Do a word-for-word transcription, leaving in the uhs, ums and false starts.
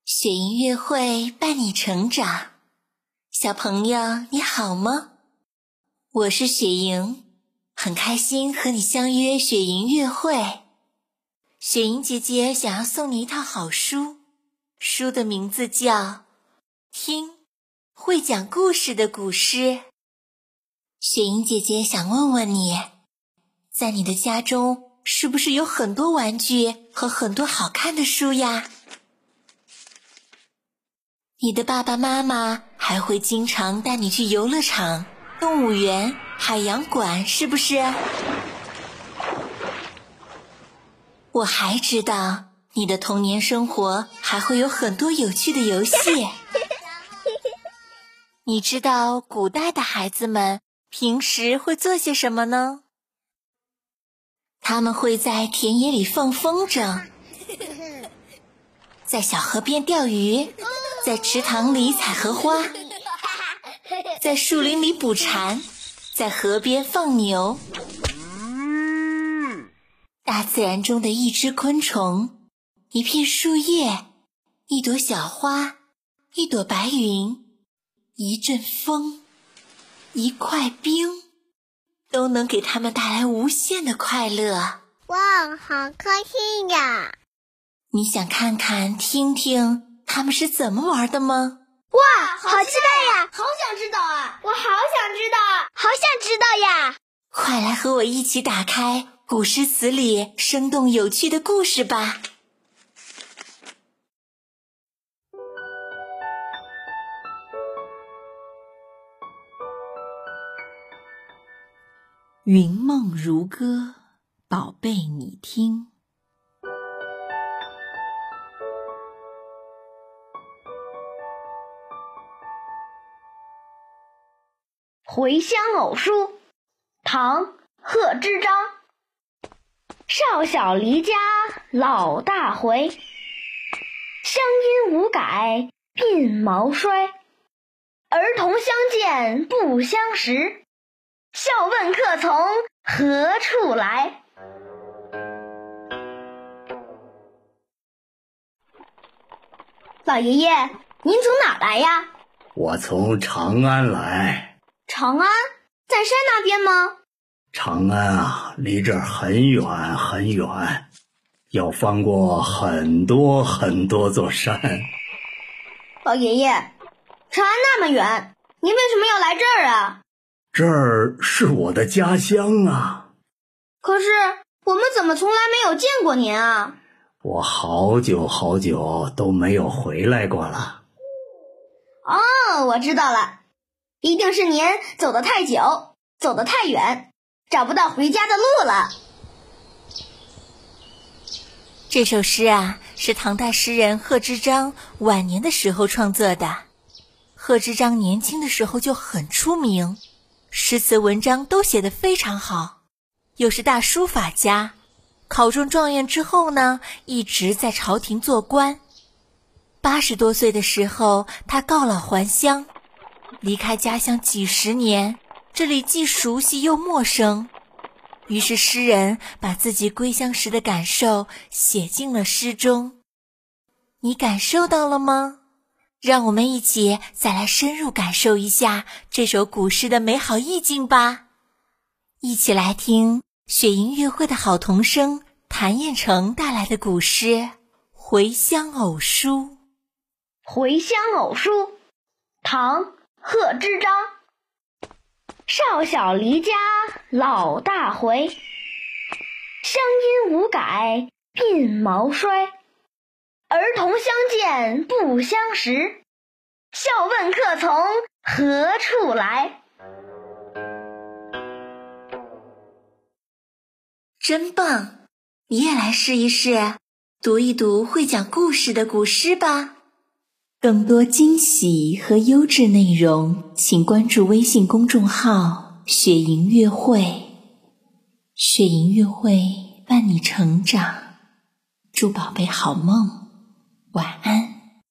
雪莹乐会伴你成长，小朋友你好吗？我是雪莹，很开心和你相约雪莹乐会。雪莹姐姐想要送你一套好书，书的名字叫《听会讲故事的古诗》。雪莹姐姐想问问你，在你的家中是不是有很多玩具和很多好看的书呀？你的爸爸妈妈还会经常带你去游乐场、动物园、海洋馆，是不是？我还知道你的童年生活还会有很多有趣的游戏。你知道古代的孩子们平时会做些什么呢？他们会在田野里放风筝，在小河边钓鱼，在池塘里采荷花，在树林里捕蝉，在河边放牛。大自然中的一只昆虫，一片树叶，一朵小花，一朵白云，一阵风，一块冰，都能给他们带来无限的快乐。 哇，好开心呀！ 你想看看听听他们是怎么玩的吗？ 哇，好期待呀！好想知道啊！我好想知道，好想知道呀！ 快来和我一起打开古诗词里生动有趣的故事吧。云梦如歌，宝贝你听。 回乡偶书，唐·贺知章。少小离家老大回，乡音无改鬓毛衰。儿童相见不相识，笑问客从何处来。老爷爷，您从哪来呀？ 我从长安来。 长安？在山那边吗？ 长安啊，离这儿很远很远，要翻过很多很多座山。 老爷爷，长安那么远，您为什么要来这儿啊？ 这儿是我的家乡啊。 可是我们怎么从来没有见过您啊？ 我好久好久都没有回来过了。 哦，我知道了，一定是您走得太久，走得太远，找不到回家的路了。 这首诗啊，是唐代诗人贺知章晚年的时候创作的。贺知章年轻的时候就很出名，诗词文章都写得非常好，又是大书法家。考中状元之后呢，一直在朝廷做官。八十多岁的时候，他告老还乡，离开家乡几十年，这里既熟悉又陌生。于是诗人把自己归乡时的感受写进了诗中。你感受到了吗？让我们一起再来深入感受一下这首古诗的美好意境吧。一起来听雪莹乐会的好童声谭彦成带来的古诗《回乡偶书》。 回乡偶书，唐·贺知章。少小离家老大回，乡音无改鬓毛衰。儿童相见不相识，笑问客从何处来。 真棒！你也来试一试，读一读会讲故事的古诗吧。更多惊喜和优质内容，请关注微信公众号雪莹乐会。雪莹乐会伴你成长，祝宝贝好梦，晚安。